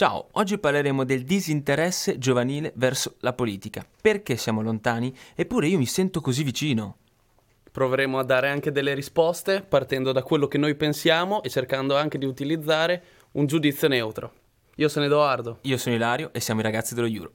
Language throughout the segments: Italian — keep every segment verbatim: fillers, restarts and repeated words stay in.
Ciao, oggi parleremo del disinteresse giovanile verso la politica. Perché siamo lontani? Eppure io mi sento così vicino. Proveremo a dare anche delle risposte partendo da quello che noi pensiamo e cercando anche di utilizzare un giudizio neutro. Io sono Edoardo. Io sono Ilario e siamo i ragazzi dello Europe.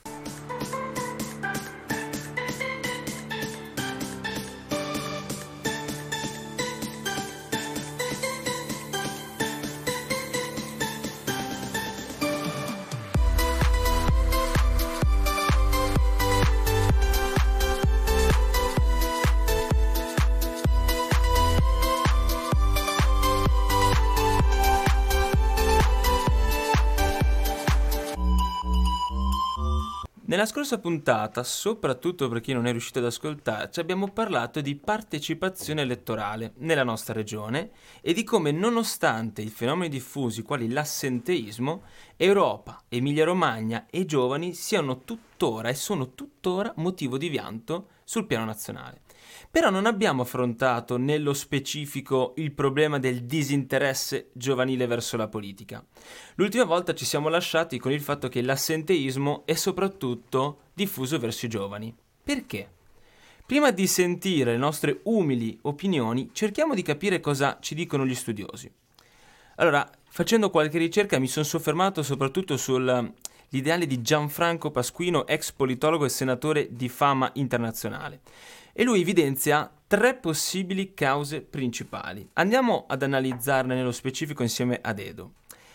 Nella scorsa puntata, soprattutto per chi non è riuscito ad ascoltarci, abbiamo parlato di partecipazione elettorale nella nostra regione e di come, nonostante i fenomeni diffusi quali l'assenteismo, Europa, Emilia-Romagna e i giovani siano tuttora e sono tuttora motivo di pianto sul piano nazionale. Però non abbiamo affrontato nello specifico il problema del disinteresse giovanile verso la politica. L'ultima volta ci siamo lasciati con il fatto che l'assenteismo è soprattutto diffuso verso i giovani. Perché? Prima di sentire le nostre umili opinioni, cerchiamo di capire cosa ci dicono gli studiosi. Allora, facendo qualche ricerca mi sono soffermato soprattutto sull'ideale di Gianfranco Pasquino, ex politologo e senatore di fama internazionale. E lui evidenzia tre possibili cause principali. Andiamo ad analizzarne nello specifico insieme ad Edo.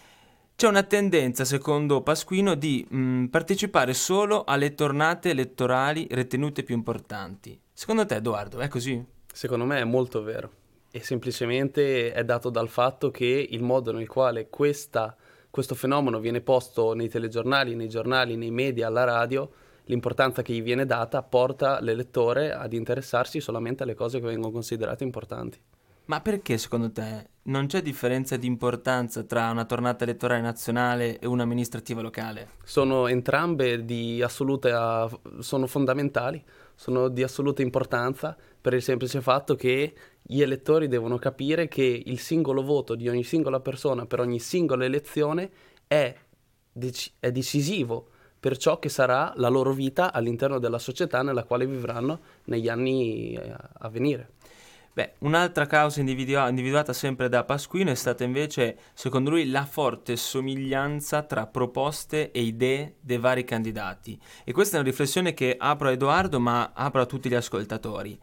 C'è una tendenza, secondo Pasquino, di mh, partecipare solo alle tornate elettorali ritenute più importanti. Secondo te, Edoardo, è così? Secondo me è molto vero e semplicemente è dato dal fatto che il modo nel quale questa, questo fenomeno viene posto nei telegiornali, nei giornali, nei media, alla radio, l'importanza che gli viene data porta l'elettore ad interessarsi solamente alle cose che vengono considerate importanti. Ma perché secondo te non c'è differenza di importanza tra una tornata elettorale nazionale e un'amministrativa locale? Sono entrambe di assoluta, sono fondamentali, sono di assoluta importanza per il semplice fatto che gli elettori devono capire che il singolo voto di ogni singola persona per ogni singola elezione è, dec- è decisivo per ciò che sarà la loro vita all'interno della società nella quale vivranno negli anni a venire. Beh, un'altra causa individua- individuata sempre da Pasquino è stata invece, secondo lui, la forte somiglianza tra proposte e idee dei vari candidati. E questa è una riflessione che apro a Edoardo, ma apro a tutti gli ascoltatori.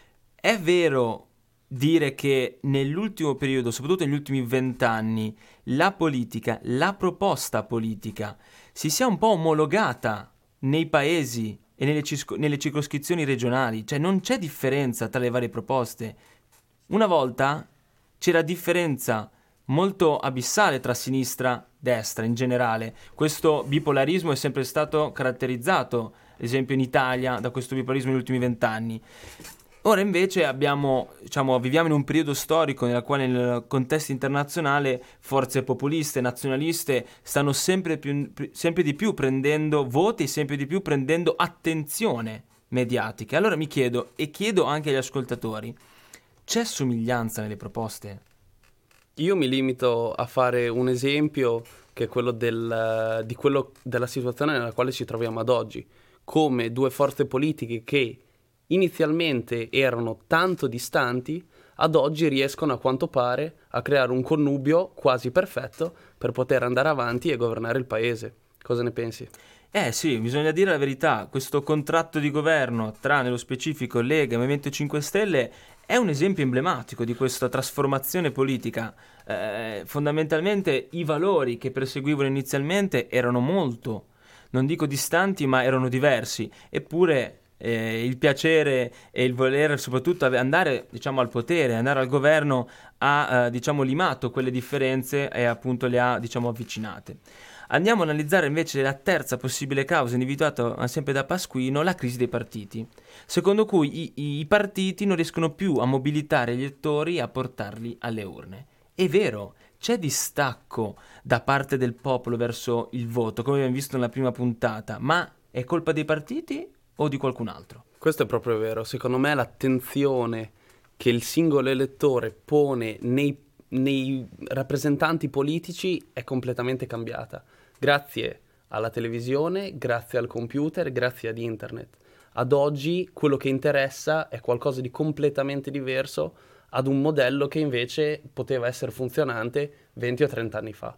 È vero dire che nell'ultimo periodo, soprattutto negli ultimi vent'anni, la politica, la proposta politica, si sia un po' omologata nei paesi e nelle, cisco- nelle circoscrizioni regionali, cioè non c'è differenza tra le varie proposte. Una volta c'era differenza molto abissale tra sinistra e destra in generale. Questo bipolarismo è sempre stato caratterizzato, ad esempio in Italia, da questo bipolarismo negli ultimi vent'anni. Ora invece abbiamo, diciamo, viviamo in un periodo storico nel quale nel contesto internazionale forze populiste, nazionaliste stanno sempre, più, sempre di più prendendo voti, sempre di più prendendo attenzione mediatica. Allora mi chiedo, e chiedo anche agli ascoltatori, c'è somiglianza nelle proposte? Io mi limito a fare un esempio che è quello del, di quello della situazione nella quale ci troviamo ad oggi, come due forze politiche che inizialmente erano tanto distanti, ad oggi riescono a quanto pare a creare un connubio quasi perfetto per poter andare avanti e governare il paese. Cosa ne pensi? Eh sì, bisogna dire la verità, questo contratto di governo tra nello specifico Lega e Movimento cinque Stelle è un esempio emblematico di questa trasformazione politica. Eh, fondamentalmente i valori che perseguivano inizialmente erano molto, non dico distanti, ma erano diversi, eppure Eh, il piacere e il voler soprattutto andare, diciamo, al potere, andare al governo ha eh, diciamo limato quelle differenze e appunto le ha, diciamo, avvicinate. Andiamo ad analizzare invece la terza possibile causa individuata sempre da Pasquino, la crisi dei partiti, secondo cui i, i partiti non riescono più a mobilitare gli elettori e a portarli alle urne. È vero, c'è distacco da parte del popolo verso il voto, come abbiamo visto nella prima puntata, ma è colpa dei partiti o di qualcun altro? Questo è proprio vero. Secondo me l'attenzione che il singolo elettore pone nei, nei rappresentanti politici è completamente cambiata. grazie alla televisione, grazie al computer, grazie ad internet. Ad oggi quello che interessa è qualcosa di completamente diverso ad un modello che invece poteva essere funzionante venti o trenta anni fa.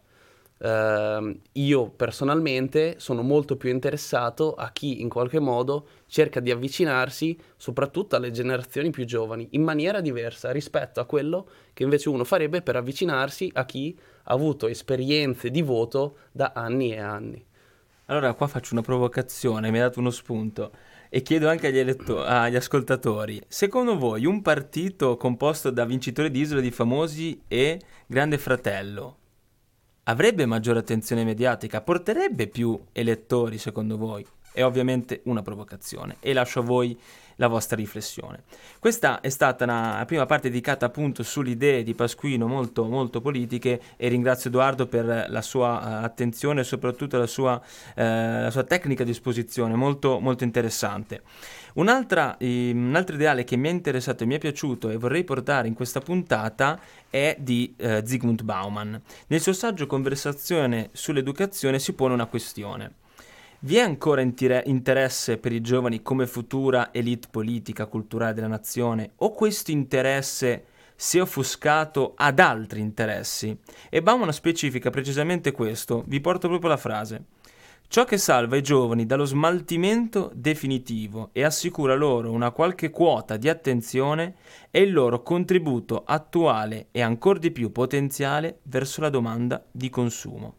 Uh, io personalmente sono molto più interessato a chi in qualche modo cerca di avvicinarsi soprattutto alle generazioni più giovani in maniera diversa rispetto a quello che invece uno farebbe per avvicinarsi a chi ha avuto esperienze di voto da anni e anni. Allora qua faccio una provocazione, mi hai dato uno spunto e chiedo anche agli, eletto- agli ascoltatori: secondo voi un partito composto da vincitori di Isola di Famosi e Grande Fratello avrebbe maggiore attenzione mediatica? Porterebbe più elettori secondo voi? È ovviamente una provocazione e lascio a voi la vostra riflessione. Questa è stata una prima parte dedicata appunto sulle idee di Pasquino molto molto politiche, e ringrazio Edoardo per la sua uh, attenzione e soprattutto la sua, uh, la sua tecnica di esposizione molto molto interessante. Un'altra, eh, un altro ideale che mi è interessato e mi è piaciuto e vorrei portare in questa puntata è di eh, Zygmunt Bauman. Nel suo saggio Conversazione sull'educazione si pone una questione: vi è ancora intire- interesse per i giovani come futura elite politica culturale della nazione, o questo interesse si è offuscato ad altri interessi? E Bauman specifica precisamente questo, vi porto proprio la frase: ciò che salva i giovani dallo smaltimento definitivo e assicura loro una qualche quota di attenzione è il loro contributo attuale e ancor di più potenziale verso la domanda di consumo.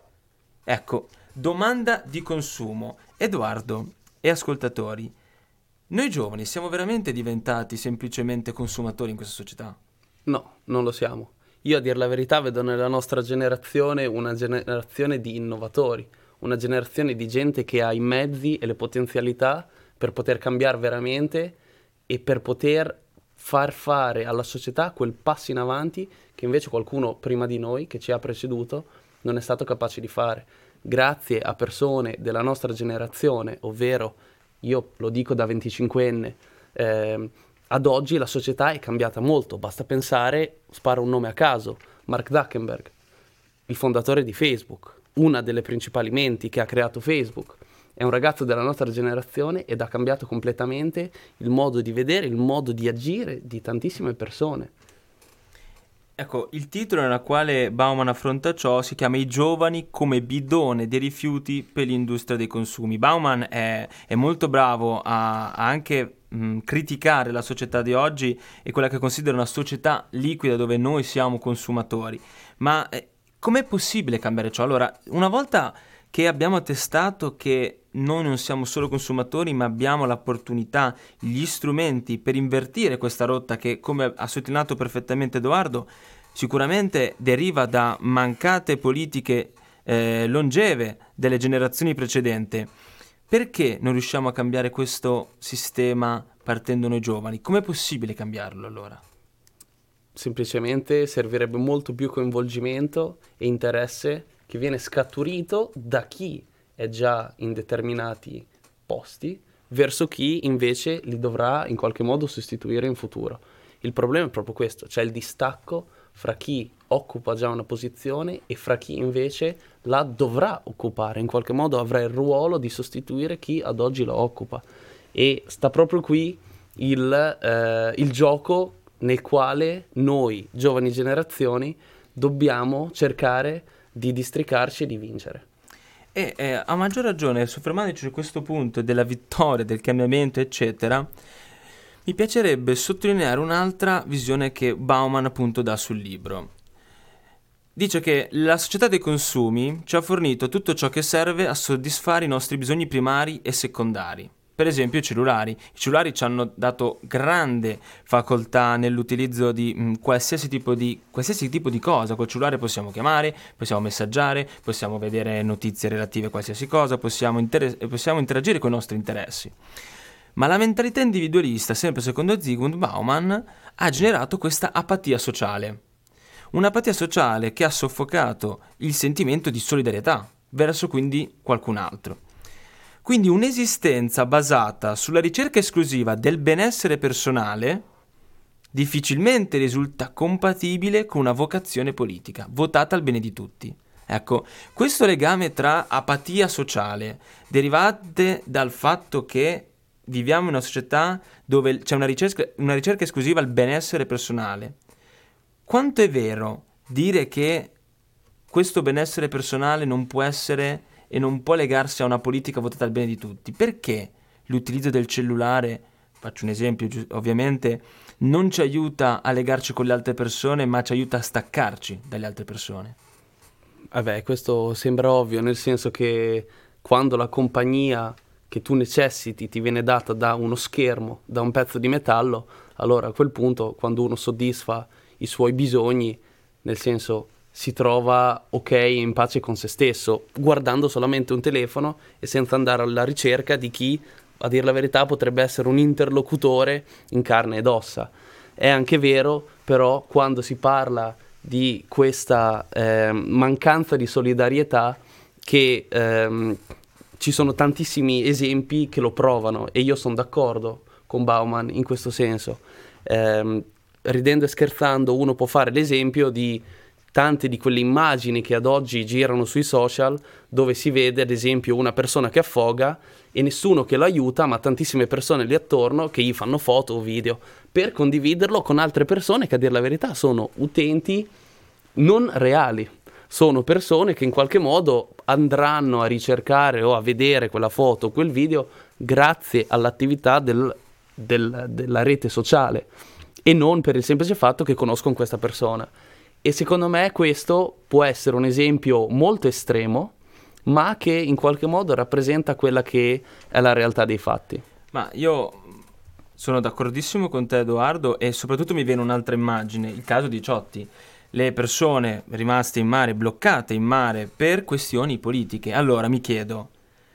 Ecco, domanda di consumo. Edoardo e ascoltatori, noi giovani siamo veramente diventati semplicemente consumatori in questa società? No, non lo siamo. Io, a dir la verità, vedo nella nostra generazione una generazione di innovatori, una generazione di gente che ha i mezzi e le potenzialità per poter cambiare veramente e per poter far fare alla società quel passo in avanti che invece qualcuno prima di noi, che ci ha preceduto, non è stato capace di fare. Grazie a persone della nostra generazione, ovvero, io lo dico da venticinquenne, eh, ad oggi la società è cambiata molto. Basta pensare, sparo un nome a caso, Mark Zuckerberg, il fondatore di Facebook, una delle principali menti che ha creato Facebook. È un ragazzo della nostra generazione ed ha cambiato completamente il modo di vedere, il modo di agire di tantissime persone. Ecco, il titolo nel quale Bauman affronta ciò si chiama I giovani come bidone dei rifiuti per l'industria dei consumi. Bauman è, è molto bravo a, a anche mh, criticare la società di oggi e quella che considera una società liquida dove noi siamo consumatori. Ma eh, com'è possibile cambiare ciò? Allora, una volta che abbiamo attestato che noi non siamo solo consumatori, ma abbiamo l'opportunità, gli strumenti per invertire questa rotta che, come ha sottolineato perfettamente Edoardo, sicuramente deriva da mancate politiche eh, longeve delle generazioni precedenti. Perché non riusciamo a cambiare questo sistema partendo noi giovani? Com'è possibile cambiarlo allora? Semplicemente servirebbe molto più coinvolgimento e interesse che viene scaturito da chi è già in determinati posti verso chi invece li dovrà in qualche modo sostituire in futuro. Il problema è proprio questo, c'è il distacco fra chi occupa già una posizione e fra chi invece la dovrà occupare, in qualche modo avrà il ruolo di sostituire chi ad oggi la occupa. E sta proprio qui il, eh, il gioco nel quale noi, giovani generazioni, dobbiamo cercare di districarci e di vincere. E eh, a maggior ragione, soffermandoci su questo punto della vittoria, del cambiamento, eccetera, mi piacerebbe sottolineare un'altra visione che Bauman appunto dà sul libro. Dice che la società dei consumi ci ha fornito tutto ciò che serve a soddisfare i nostri bisogni primari e secondari. Per esempio i cellulari. I cellulari ci hanno dato grande facoltà nell'utilizzo di mh, qualsiasi tipo di qualsiasi tipo di cosa. Col cellulare possiamo chiamare, possiamo messaggiare, possiamo vedere notizie relative a qualsiasi cosa, possiamo, inter- possiamo interagire con i nostri interessi. Ma la mentalità individualista, sempre secondo Zygmunt Bauman, ha generato questa apatia sociale. Un'apatia sociale che ha soffocato il sentimento di solidarietà verso quindi qualcun altro. Quindi un'esistenza basata sulla ricerca esclusiva del benessere personale difficilmente risulta compatibile con una vocazione politica, votata al bene di tutti. Ecco, questo legame tra apatia sociale derivante dal fatto che viviamo in una società dove c'è una ricerca, una ricerca esclusiva al benessere personale. Quanto è vero dire che questo benessere personale non può essere e non può legarsi a una politica votata al bene di tutti? Perché l'utilizzo del cellulare, faccio un esempio gi- ovviamente, non ci aiuta a legarci con le altre persone, ma ci aiuta a staccarci dalle altre persone? Vabbè, questo sembra ovvio, nel senso che quando la compagnia che tu necessiti ti viene data da uno schermo, da un pezzo di metallo, allora a quel punto, quando uno soddisfa i suoi bisogni, nel senso si trova ok in pace con se stesso, guardando solamente un telefono e senza andare alla ricerca di chi, a dir la verità, potrebbe essere un interlocutore in carne ed ossa. È anche vero, però, quando si parla di questa eh, mancanza di solidarietà, che ehm, ci sono tantissimi esempi che lo provano, e io sono d'accordo con Bauman in questo senso. Ehm, ridendo e scherzando, uno può fare l'esempio di tante di quelle immagini che ad oggi girano sui social, dove si vede ad esempio una persona che affoga e nessuno che lo aiuta, ma tantissime persone lì attorno che gli fanno foto o video per condividerlo con altre persone che, a dire la verità, sono utenti non reali. Sono persone che in qualche modo andranno a ricercare o a vedere quella foto o quel video grazie all'attività del, del, della rete sociale, e non per il semplice fatto che conoscono questa persona. E secondo me questo può essere un esempio molto estremo, ma che in qualche modo rappresenta quella che è la realtà dei fatti. Ma io sono d'accordissimo con te, Edoardo, e soprattutto mi viene un'altra immagine, il caso di Ciotti. Le persone rimaste in mare, bloccate in mare per questioni politiche. Allora mi chiedo,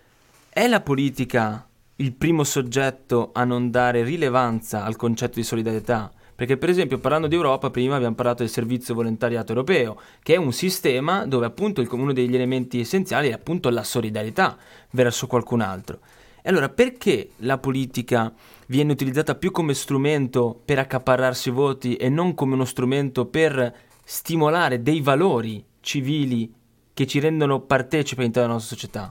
è la politica il primo soggetto a non dare rilevanza al concetto di solidarietà? Perché per esempio, parlando di Europa, prima abbiamo parlato del servizio volontariato europeo, che è un sistema dove appunto il, uno degli elementi essenziali è appunto la solidarietà verso qualcun altro. E allora perché la politica viene utilizzata più come strumento per accaparrarsi voti e non come uno strumento per stimolare dei valori civili che ci rendono partecipi all'interno della nostra società?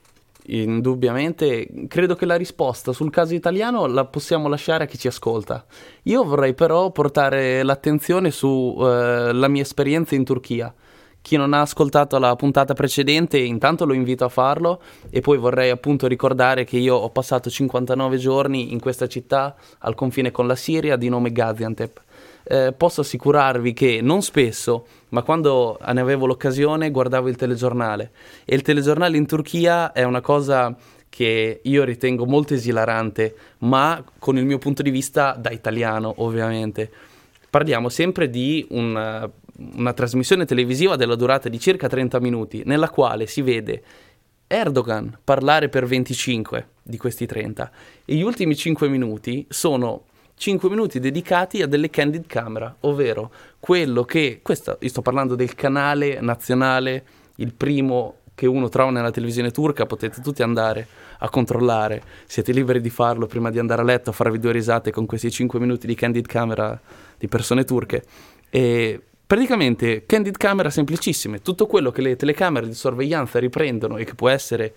Indubbiamente, credo che la risposta sul caso italiano la possiamo lasciare a chi ci ascolta. Io vorrei però portare l'attenzione sulla eh, mia esperienza in Turchia. Chi non ha ascoltato la puntata precedente, intanto lo invito a farlo, e poi vorrei appunto ricordare che io ho passato cinquantanove giorni in questa città al confine con la Siria di nome Gaziantep. Eh, posso assicurarvi che non spesso, ma quando ne avevo l'occasione, guardavo il telegiornale, e il telegiornale in Turchia è una cosa che io ritengo molto esilarante, ma con il mio punto di vista da italiano, ovviamente. Parliamo sempre di una, una trasmissione televisiva della durata di circa trenta minuti, nella quale si vede Erdogan parlare per venticinque di questi trenta, e gli ultimi cinque minuti sono cinque minuti dedicati a delle candid camera, ovvero quello che, questo, io sto parlando del canale nazionale, il primo che uno trova nella televisione turca, potete tutti andare a controllare, siete liberi di farlo prima di andare a letto, a farvi due risate con questi cinque minuti di candid camera di persone turche. E praticamente candid camera semplicissime, tutto quello che le telecamere di sorveglianza riprendono e che può essere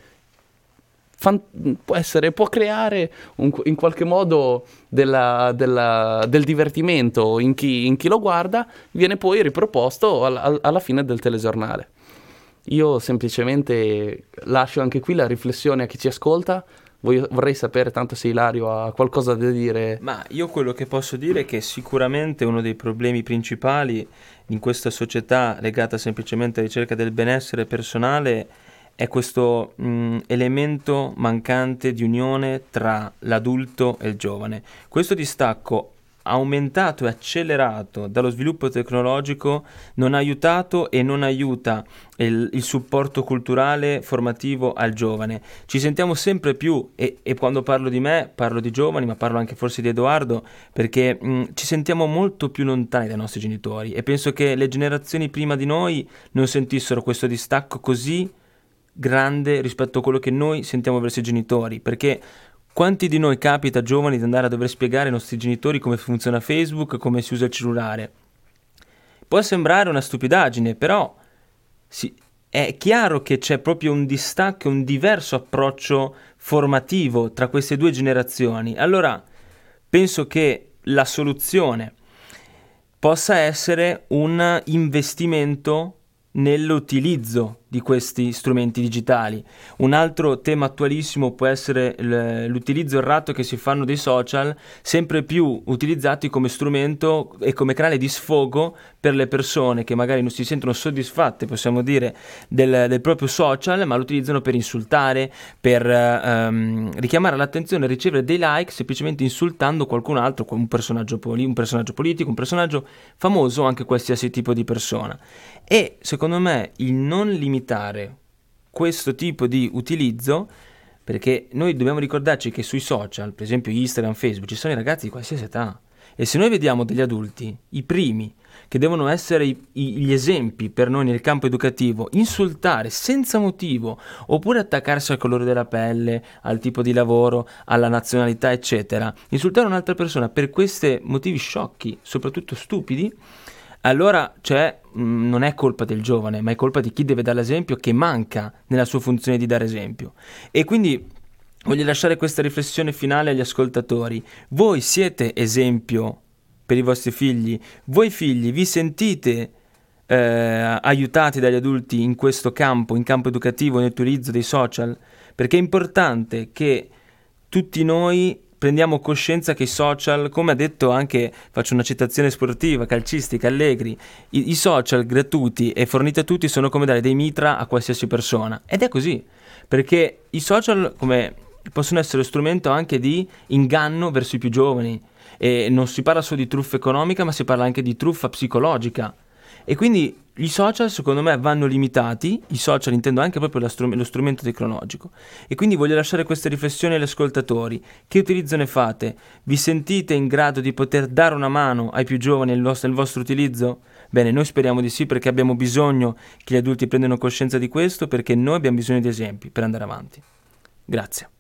Fan- può essere, può creare un, in qualche modo della, della, del divertimento in chi, in chi lo guarda, viene poi riproposto al, al, alla fine del telegiornale. Io semplicemente lascio anche qui la riflessione a chi ci ascolta. Voglio, vorrei sapere tanto se Ilario ha qualcosa da dire. Ma io quello che posso dire è che sicuramente uno dei problemi principali in questa società legata semplicemente alla ricerca del benessere personale è questo mh, elemento mancante di unione tra l'adulto e il giovane. Questo distacco aumentato e accelerato dallo sviluppo tecnologico non ha aiutato e non aiuta il, il supporto culturale formativo al giovane. Ci sentiamo sempre più, e, e quando parlo di me parlo di giovani, ma parlo anche forse di Edoardo, perché mh, ci sentiamo molto più lontani dai nostri genitori, e penso che le generazioni prima di noi non sentissero questo distacco così grande rispetto a quello che noi sentiamo verso i genitori, perché quanti di noi capita giovani di andare a dover spiegare ai nostri genitori come funziona Facebook, come si usa il cellulare? Può sembrare una stupidaggine, però si, è chiaro che c'è proprio un distacco, un diverso approccio formativo tra queste due generazioni. Allora, penso che la soluzione possa essere un investimento nell'utilizzo di questi strumenti digitali. Un altro tema attualissimo può essere l'utilizzo errato che si fanno dei social, sempre più utilizzati come strumento e come canale di sfogo per le persone che magari non si sentono soddisfatte, possiamo dire, del, del proprio social, ma lo utilizzano per insultare, per um, richiamare l'attenzione, ricevere dei like semplicemente insultando qualcun altro, un personaggio, poli- un personaggio politico, un personaggio famoso, anche qualsiasi tipo di persona. E secondo me il non limitare questo tipo di utilizzo, perché noi dobbiamo ricordarci che sui social, per esempio Instagram, Facebook, ci sono i ragazzi di qualsiasi età, e se noi vediamo degli adulti, i primi, che devono essere i, i, gli esempi per noi nel campo educativo, insultare senza motivo, oppure attaccarsi al colore della pelle, al tipo di lavoro, alla nazionalità, eccetera, insultare un'altra persona per questi motivi sciocchi, soprattutto stupidi, allora cioè, mh, non è colpa del giovane, ma è colpa di chi deve dare l'esempio, che manca nella sua funzione di dare esempio. E quindi voglio lasciare questa riflessione finale agli ascoltatori. Voi siete esempio per i vostri figli? Voi figli vi sentite eh, aiutati dagli adulti in questo campo, in campo educativo, nell'utilizzo dei social? Perché è importante che tutti noi prendiamo coscienza che i social, come ha detto anche, faccio una citazione sportiva, calcistica, Allegri, i, i social gratuiti e forniti a tutti sono come dare dei mitra a qualsiasi persona. Ed è così, perché i social come possono essere strumento anche di inganno verso i più giovani, e non si parla solo di truffa economica, ma si parla anche di truffa psicologica. E quindi i social secondo me vanno limitati, i social intendo anche proprio strum- lo strumento tecnologico, e quindi voglio lasciare queste riflessioni agli ascoltatori. Che utilizzo ne fate? Vi sentite in grado di poter dare una mano ai più giovani nel vostro, nel vostro utilizzo? Bene, noi speriamo di sì, perché abbiamo bisogno che gli adulti prendano coscienza di questo, perché noi abbiamo bisogno di esempi per andare avanti. Grazie.